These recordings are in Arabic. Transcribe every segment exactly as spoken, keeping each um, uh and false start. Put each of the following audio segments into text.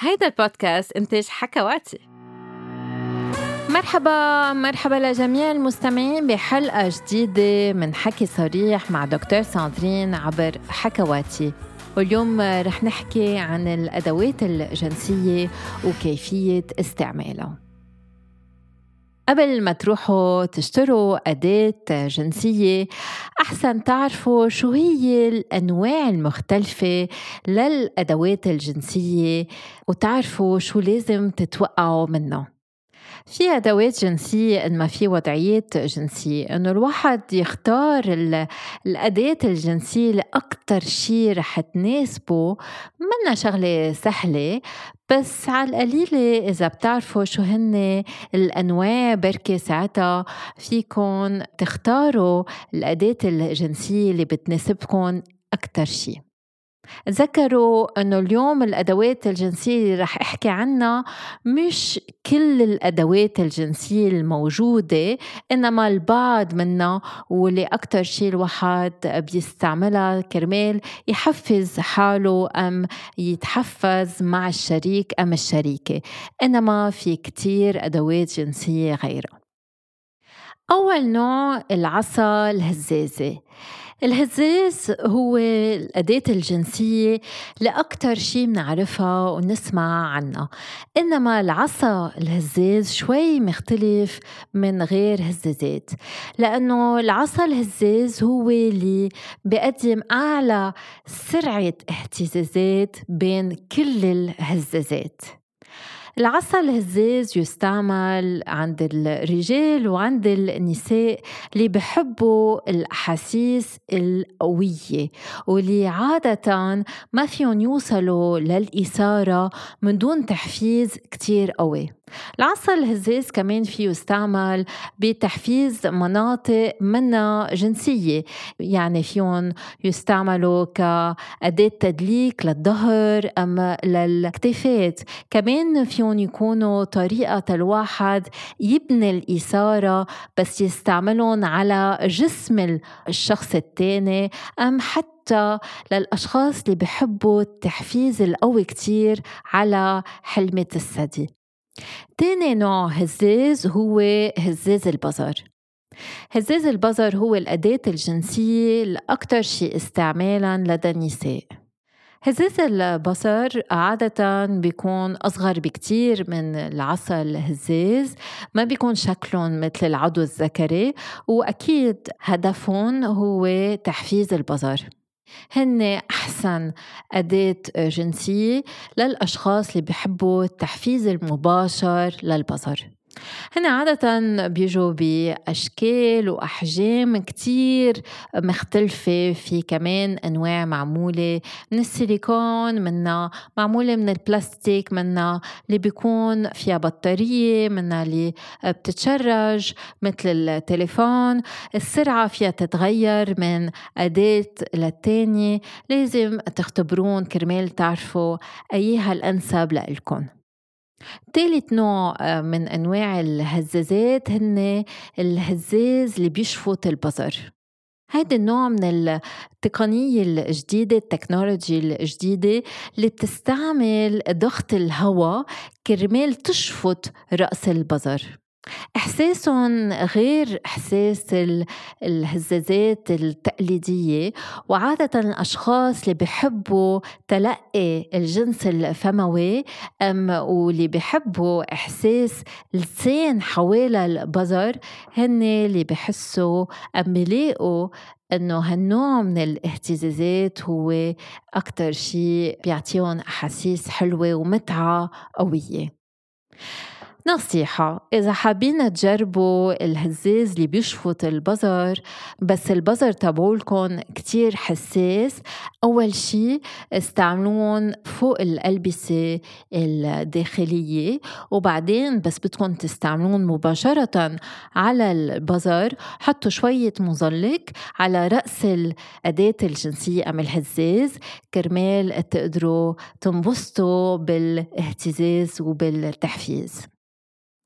هيدا البودكاست إنتاج حكواتي. مرحبا مرحبا لجميع المستمعين بحلقة جديدة من حكي صريح مع دكتور ساندرين عبر حكواتي. واليوم رح نحكي عن الأدوات الجنسية وكيفية استعمالها. قبل ما تروحوا تشتروا أداة جنسية أحسن تعرفوا شو هي الأنواع المختلفة للأدوات الجنسية وتعرفوا شو لازم تتوقعوا منها. في أدوات جنسية إنما في وضعيات جنسية إنه الواحد يختار الأداة الجنسية لأكتر شيء رح تناسبه. منا شغلة سهلة بس على القليلة إذا بتعرفوا شو هن الأنواع بركة ساعتها فيكن تختاروا الأداة الجنسية اللي بتناسبكن أكتر شيء. تذكروا أنه اليوم الأدوات الجنسية اللي رح أحكي عنها مش كل الأدوات الجنسية الموجودة، إنما البعض منها واللي أكتر شيء الواحد بيستعملها كرمال يحفز حاله أم يتحفز مع الشريك أم الشريكة، إنما في كتير أدوات جنسية غيرها. أول نوع العصا الهزازة. الهزاز هو الأداة الجنسية لأكتر شيء منعرفها ونسمع عنها، إنما العصا الهزاز شوي مختلف من غير هزازات، لأنه العصا الهزاز هو اللي بيقدم أعلى سرعة اهتزازات بين كل الهزازات. العصا الهزاز يستعمل عند الرجال وعند النساء اللي بحبوا الأحاسيس القوية واللي عادة ما فيهم يوصلوا للإثارة من دون تحفيز كتير قوي. العصا الهزاز كمان فيه يستعمل بتحفيز مناطق منها جنسية، يعني فيهم يستعملوا كأداة تدليك للظهر أم للكتفات. كمان فيهم يكونوا طريقة الواحد يبني الإثارة بس يستعملون على جسم الشخص التاني، أم حتى للأشخاص اللي بيحبوا التحفيز القوي كتير على حلمة الثدي. تاني نوع هزاز هو هزاز البزر. هزاز البزر هو الأداة الجنسية الأكثر شيء استعمالاً لدى النساء. هزاز البصر عادة بيكون أصغر بكتير من العصا الهزاز، ما بيكون شكلهم مثل العضو الذكري، وأكيد هدفهم هو تحفيز البصر. هن أحسن أداة جنسية للأشخاص اللي بيحبوا التحفيز المباشر للبصر. هنا عادة بيجوا بأشكال وأحجام كتير مختلفة، في كمان أنواع معمولة من السيليكون، منها معمولة من البلاستيك، منها اللي بيكون فيها بطارية، منها اللي بتتشرج مثل التليفون. السرعة فيها تتغير من أداة للتانية، لازم تختبرون كرمال تعرفوا أيها الأنسب لإلكن. ثالث نوع من أنواع الهزازات هن الهزاز اللي بيشفط البصر. هذا النوع من التقنية الجديدة، التكنولوجي الجديدة اللي بتستعمل ضغط الهواء كرمال تشفط رأس البصر. إحساسهم غير إحساس الهزازات التقليدية، وعادة الأشخاص اللي بيحبوا تلقي الجنس الفموي أم واللي بيحبوا إحساس لسان حوالي البصر هن اللي بيحسوا أم بيلاقوا أنه هالنوع من الاهتزازات هو أكتر شيء بيعطيهم أحاسيس حلوة ومتعة قوية. نصيحة، إذا حابين تجربوا الهزاز اللي بيشفط البصر بس البصر تبعولكن كتير حساس، أول شي استعملون فوق الألبسة الداخلية، وبعدين بس بدكن تستعملون مباشرة على البصر حطوا شوية مزلق على رأس الأداة الجنسية أم الهزاز كرمال تقدروا تنبسطوا بالاهتزاز وبالتحفيز.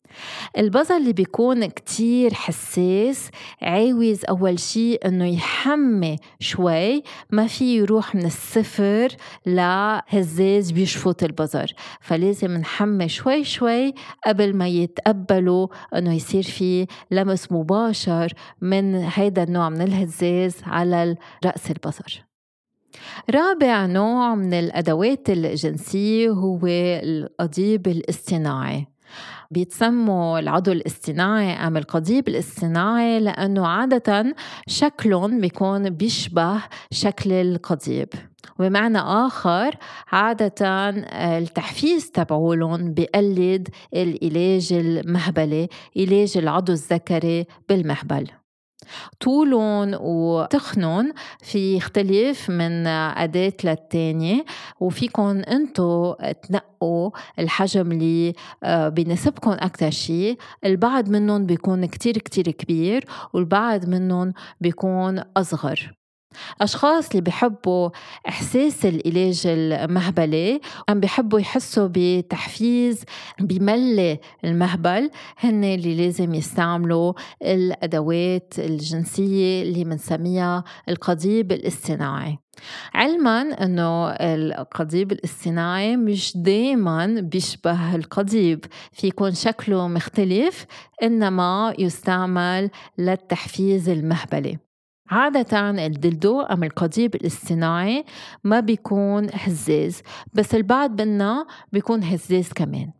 البظر اللي بيكون كتير حساس عاوز أول شي إنه يحمي شوي، ما في يروح من الصفر لهزاز بيشفط البظر، فلازم نحمي شوي شوي قبل ما يتقبلوا إنه يصير في لمس مباشر من هيدا النوع من الهزاز على رأس البظر. رابع نوع من الأدوات الجنسية هو القضيب الاصطناعي. بيتسموا العضو الاصطناعي أم القضيب الاصطناعي لأنه عادة شكلهم بيكون بيشبه شكل القضيب، وبمعنى آخر عادة التحفيز تبعولهم بيقلد العلاج المهبلي، علاج العضو الذكري بالمهبل. طولهم وتخنهم في يختلف من أداة للتانية، وفيكن انتو تنقوا الحجم اللي بيناسبكن أكتر شيء. البعض منهم بيكون كتير كتير كبير والبعض منهم بيكون أصغر. أشخاص اللي بيحبوا إحساس العلاج المهبلي أم بيحبوا يحسوا بتحفيز بملي المهبل هن اللي لازم يستعملوا الأدوات الجنسية اللي منسميها القضيب الاصطناعي، علماً أنه القضيب الاصطناعي مش دايماً بيشبه القضيب، في يكون شكله مختلف إنما يستعمل للتحفيز المهبلي. عادة الدلدو أم القضيب الاصطناعي ما بيكون هزاز، بس البعض منا بيكون هزاز كمان.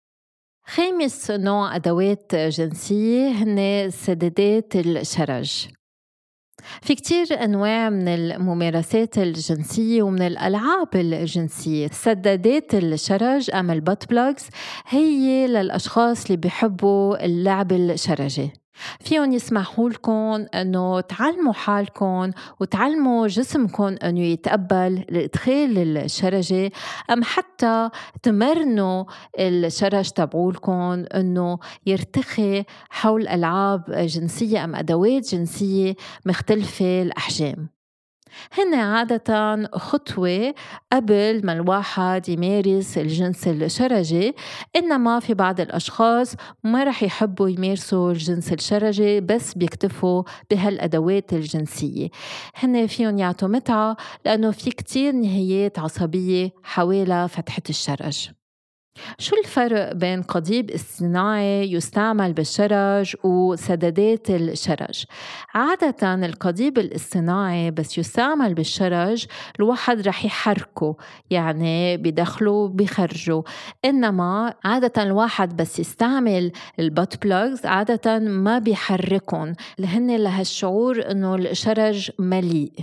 خامس نوع أدوات جنسية هن سدادات الشرج. في كتير أنواع من الممارسات الجنسية ومن الألعاب الجنسية. سدادات الشرج أم البوت بلوغز هي للأشخاص اللي بيحبوا اللعب الشرجي، فيهم يسمحوا لكم أنه تعلموا حالكم وتعلموا جسمكم أنه يتقبل الإدخال الشرجي، أم حتى تمرنوا الشرج تبعولكم أنه يرتخي حول ألعاب جنسية أم أدوات جنسية مختلفة الأحجام. هن عادة خطوة قبل ما الواحد يمارس الجنس الشرجي، إنما في بعض الأشخاص ما رح يحبوا يمارسوا الجنس الشرجي بس بيكتفوا بهالأدوات الجنسية. هن فيهم يعطوا متعة لأنه في كتير نهايات عصبية حوالي فتحة الشرج. شو الفرق بين قضيب اصطناعي يستعمل بالشرج وسدادات الشرج؟ عادة القضيب الاصطناعي بس يستعمل بالشرج الواحد رح يحركه، يعني بيدخله بيخرجه، إنما عادة الواحد بس يستعمل البوت بلوغز عادة ما بيحركون لهن لهالشعور إنه الشرج مليء.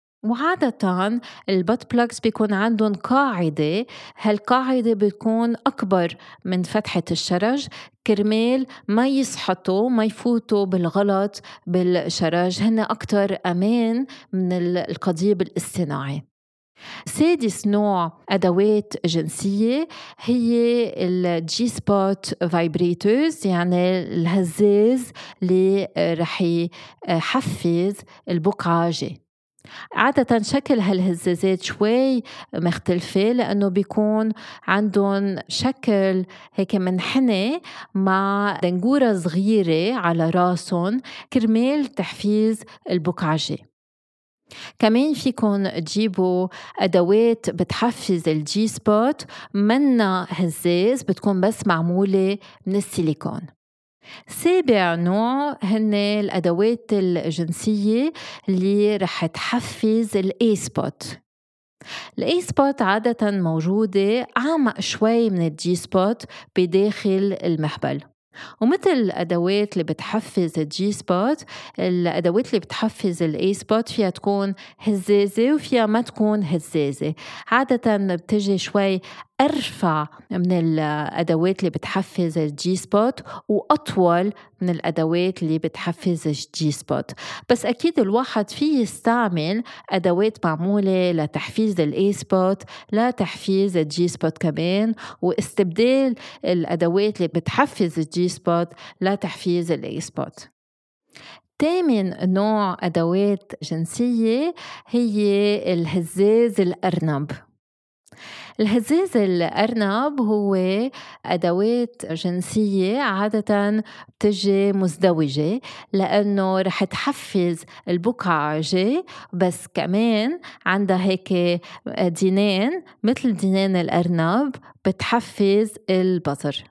وعادة البوت بلوغز بيكون عندهم قاعدة، هالقاعدة بيكون أكبر من فتحة الشرج كرمال ما يسحطوا ما يفوتوا بالغلط بالشرج، هن أكتر أمان من القضيب الاصطناعي. سادس نوع أدوات جنسية هي الجي سبوت فايبريتورز، يعني الهزاز اللي رح يحفز البقعة جي. عادة شكل هالهزازات شوي مختلفة لأنه بيكون عندهم شكل هيك منحني مع دنجورة صغيرة على راسهم كرمال تحفيز البقعجة. كمان فيكن تجيبوا أدوات بتحفز الجي سبوت منا هزاز، بتكون بس معمولة من السيليكون. سابع نوع هن الأدوات الجنسية اللي رح تحفز الأي سبوت. الأي سبوت عادة موجودة أعمق شوي من الجي سبوت بداخل المهبل، ومثل الأدوات اللي بتحفز الجي سبوت، الأدوات اللي بتحفز الأي سبوت فيها تكون هزازة وفيها ما تكون هزازة. عادة بتجي شوي أرفع من الأدوات اللي بتحفز الجي سبوت وأطول من الأدوات اللي بتحفز الجي سبوت، بس أكيد الواحد فيه يستعمل أدوات معمولة لتحفيز الأي سبوت لا تحفيز الجي سبوت كمان، واستبدال الأدوات اللي بتحفز الجي سبوت لا تحفيز الأي سبوت. تامن نوع أدوات جنسية هي الهزاز الأرنب. الهزاز الأرنب هو أدوات جنسية عادة بتجي مزدوجة لأنه رح تحفز البقعة، بس كمان عندها هيك دينين مثل دينين الأرنب بتحفز البظر.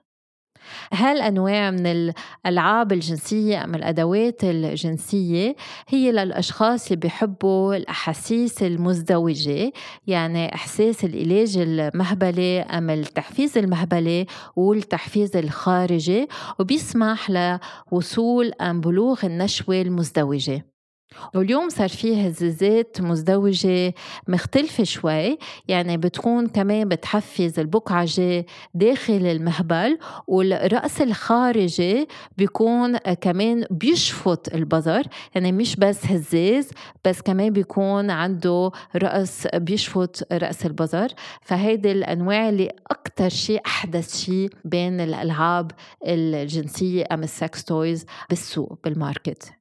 هالأنواع من الألعاب الجنسية أم الأدوات الجنسية هي للأشخاص اللي بيحبوا الأحاسيس المزدوجة، يعني إحساس العلاج المهبلي أم التحفيز المهبلي والتحفيز الخارجي، وبيسمح لوصول أم بلوغ النشوة المزدوجة. واليوم صار فيه هزازات مزدوجة مختلفة شوي، يعني بتكون كمان بتحفز البقعة داخل المهبل، والرأس الخارجي بيكون كمان بيشفط البظر، يعني مش بس هزاز بس كمان بيكون عنده رأس بيشفط رأس البظر. فهيدي الأنواع اللي أكتر شيء أحدث شيء بين الألعاب الجنسية أم السكس تويز بالسوق بالماركت.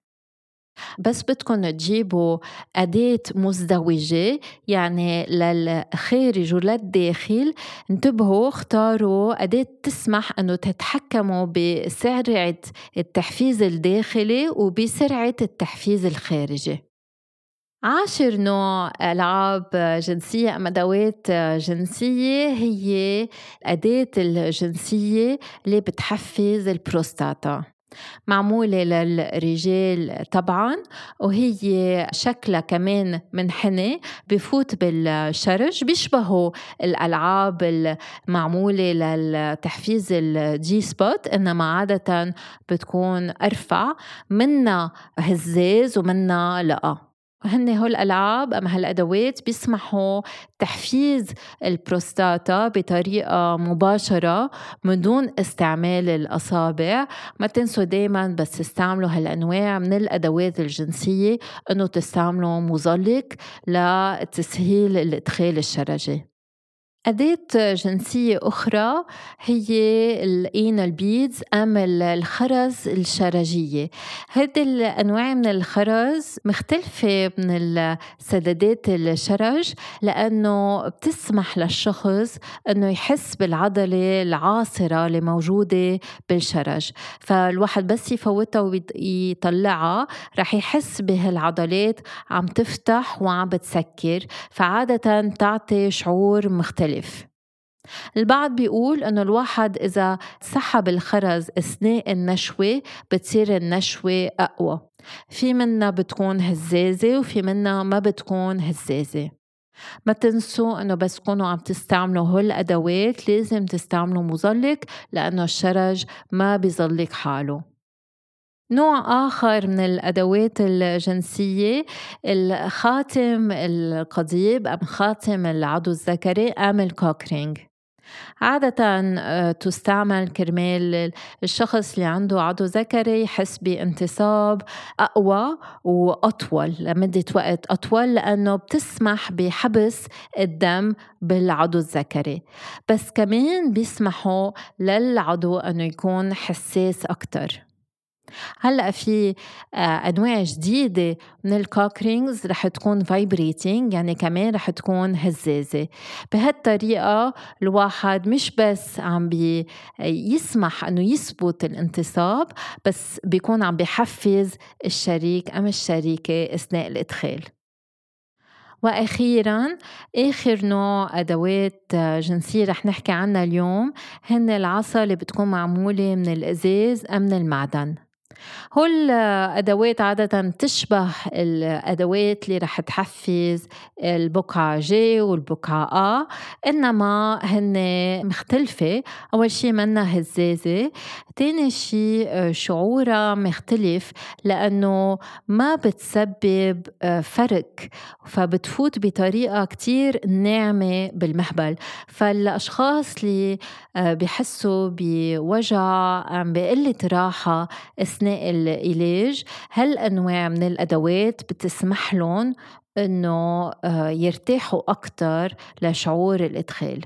بس بدكن تجيبوا أداة مزدوجة يعني للخارج وللداخل، انتبهوا اختاروا أداة تسمح أنه تتحكموا بسرعة التحفيز الداخلي وبسرعة التحفيز الخارجي. عاشر نوع ألعاب جنسية أم أدوات جنسية هي الأداة الجنسية اللي بتحفز البروستاتا، معمولة للرجال طبعاً، وهي شكلها كمان منحني بفوت بالشرج، بيشبهوا الألعاب المعمولة للتحفيز الجي سبوت، إنما عادة بتكون أرفع، منها هزاز ومنها لقا. هن هول الألعاب أم هالأدوات بيسمحوا تحفيز البروستاتا بطريقة مباشرة من دون استعمال الأصابع. ما تنسوا دايماً بس تستعملوا هالأنواع من الأدوات الجنسية أنه تستعملوا مظلق لتسهيل الإدخال الشرجي. أداة جنسية أخرى هي الانال بيدز أم الخرز الشرجية. هذه الأنواع من الخرز مختلفة من السدادات الشرج لأنه بتسمح للشخص أنه يحس بالعضلة العاصرة اللي موجودة بالشرج، فالواحد بس يفوتها ويطلعها رح يحس بهالعضلات عم تفتح وعم بتسكر، فعادة تعطي شعور مختلف. البعض بيقول أنه الواحد إذا سحب الخرز أثناء النشوة بتصير النشوة أقوى. في منا بتكون هزازة وفي منا ما بتكون هزازة. ما تنسوا أنه بس تكونوا عم تستعملوا هول الأدوات لازم تستعملوا مظلق لأنه الشرج ما بيظلق حاله. نوع آخر من الأدوات الجنسية الخاتم القضيب أم خاتم العضو الذكري أم الكوكرينج. عادة تستعمل كرمال الشخص اللي عنده عضو ذكري يحس بانتصاب أقوى وأطول لمدة وقت أطول، لأنه بتسمح بحبس الدم بالعضو الذكري، بس كمان بيسمحوا للعضو أنه يكون حساس أكتر. هلأ في أنواع جديدة من الكوكرينجز رح تكون فايبريتينج، يعني كمان رح تكون هزازة. بهالطريقة الواحد مش بس عم بيسمح أنه يثبت الانتصاب، بس بيكون عم بيحفز الشريك أم الشريكة أثناء الإدخال. وأخيراً آخر نوع أدوات جنسية رح نحكي عنها اليوم هن العصا اللي بتكون معمولة من الإزاز أم من المعدن. هول أدوات عادة تشبه الأدوات اللي رح تحفز البقعة جي والبقعة آ، إنما هن مختلفة. أول شي منها هزازة، تاني شي شعورها مختلف لأنه ما بتسبب فرق، فبتفوت بطريقة كتير ناعمة بالمهبل. فالأشخاص اللي بيحسوا بوجع أم بقلة راحة أثناء العلاج هالأنواع من الأدوات بتسمح لهم إنه يرتاحوا أكتر لشعور الإدخال.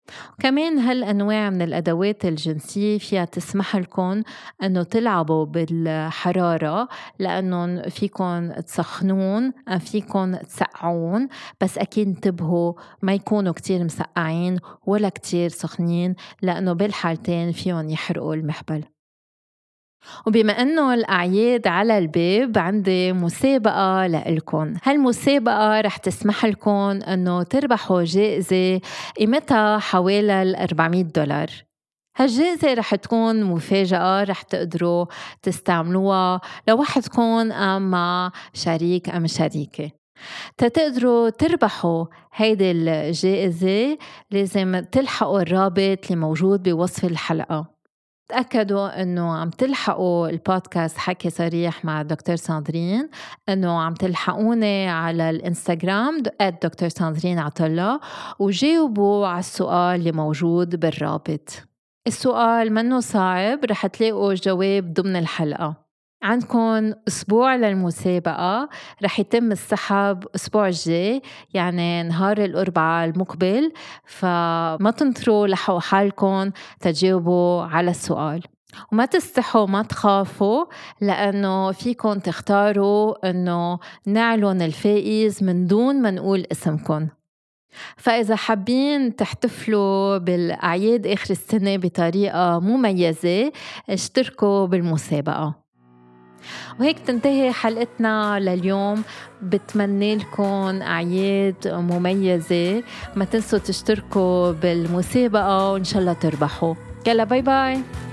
كمان هالأنواع من الأدوات الجنسية فيها تسمح لكم أنه تلعبوا بالحرارة، لأنه فيكم تسخنون فيكم تسقعون، بس أكيد انتبهوا ما يكونوا كتير مسقعين ولا كتير سخنين، لأنه بالحالتين فيهم يحرقوا المحبل. وبما أنه الأعياد على الباب عندي مسابقة لإلكن. هالمسابقة رح تسمح لكم أنه تربحوا جائزة قيمتها حوالي الأربعمية دولار. هالجائزة رح تكون مفاجأة رح تقدروا تستعملوها لوحدكم أم مع شريك أم شريكة. تتقدروا تربحوا هيدي الجائزة لازم تلحقوا الرابط اللي موجود بوصف الحلقة. تأكدوا أنه عم تلحقوا البودكاست حكي صريح مع دكتور ساندرين، أنه عم تلحقوني على الإنستغرام آت دكتور ساندرين عطلة، وجاوبوا على السؤال اللي موجود بالرابط. السؤال منه صعب، رح تلاقوا جواب ضمن الحلقة. عندكم أسبوع للمسابقة، رح يتم السحب أسبوع الجاي، يعني نهار الأربعاء المقبل، فما تنطروا لحقوا حالكم تجاوبوا على السؤال. وما تستحوا ما تخافوا، لأنه فيكم تختاروا أنه نعلن الفائز من دون ما نقول اسمكم. فإذا حابين تحتفلوا بالأعياد آخر السنة بطريقة مميزة، اشتركوا بالمسابقة. وهيك تنتهي حلقتنا لليوم. بتمنى لكم أعياد مميزة، ما تنسوا تشتركوا بالمسابقة وإن شاء الله تربحوا. يلا باي باي.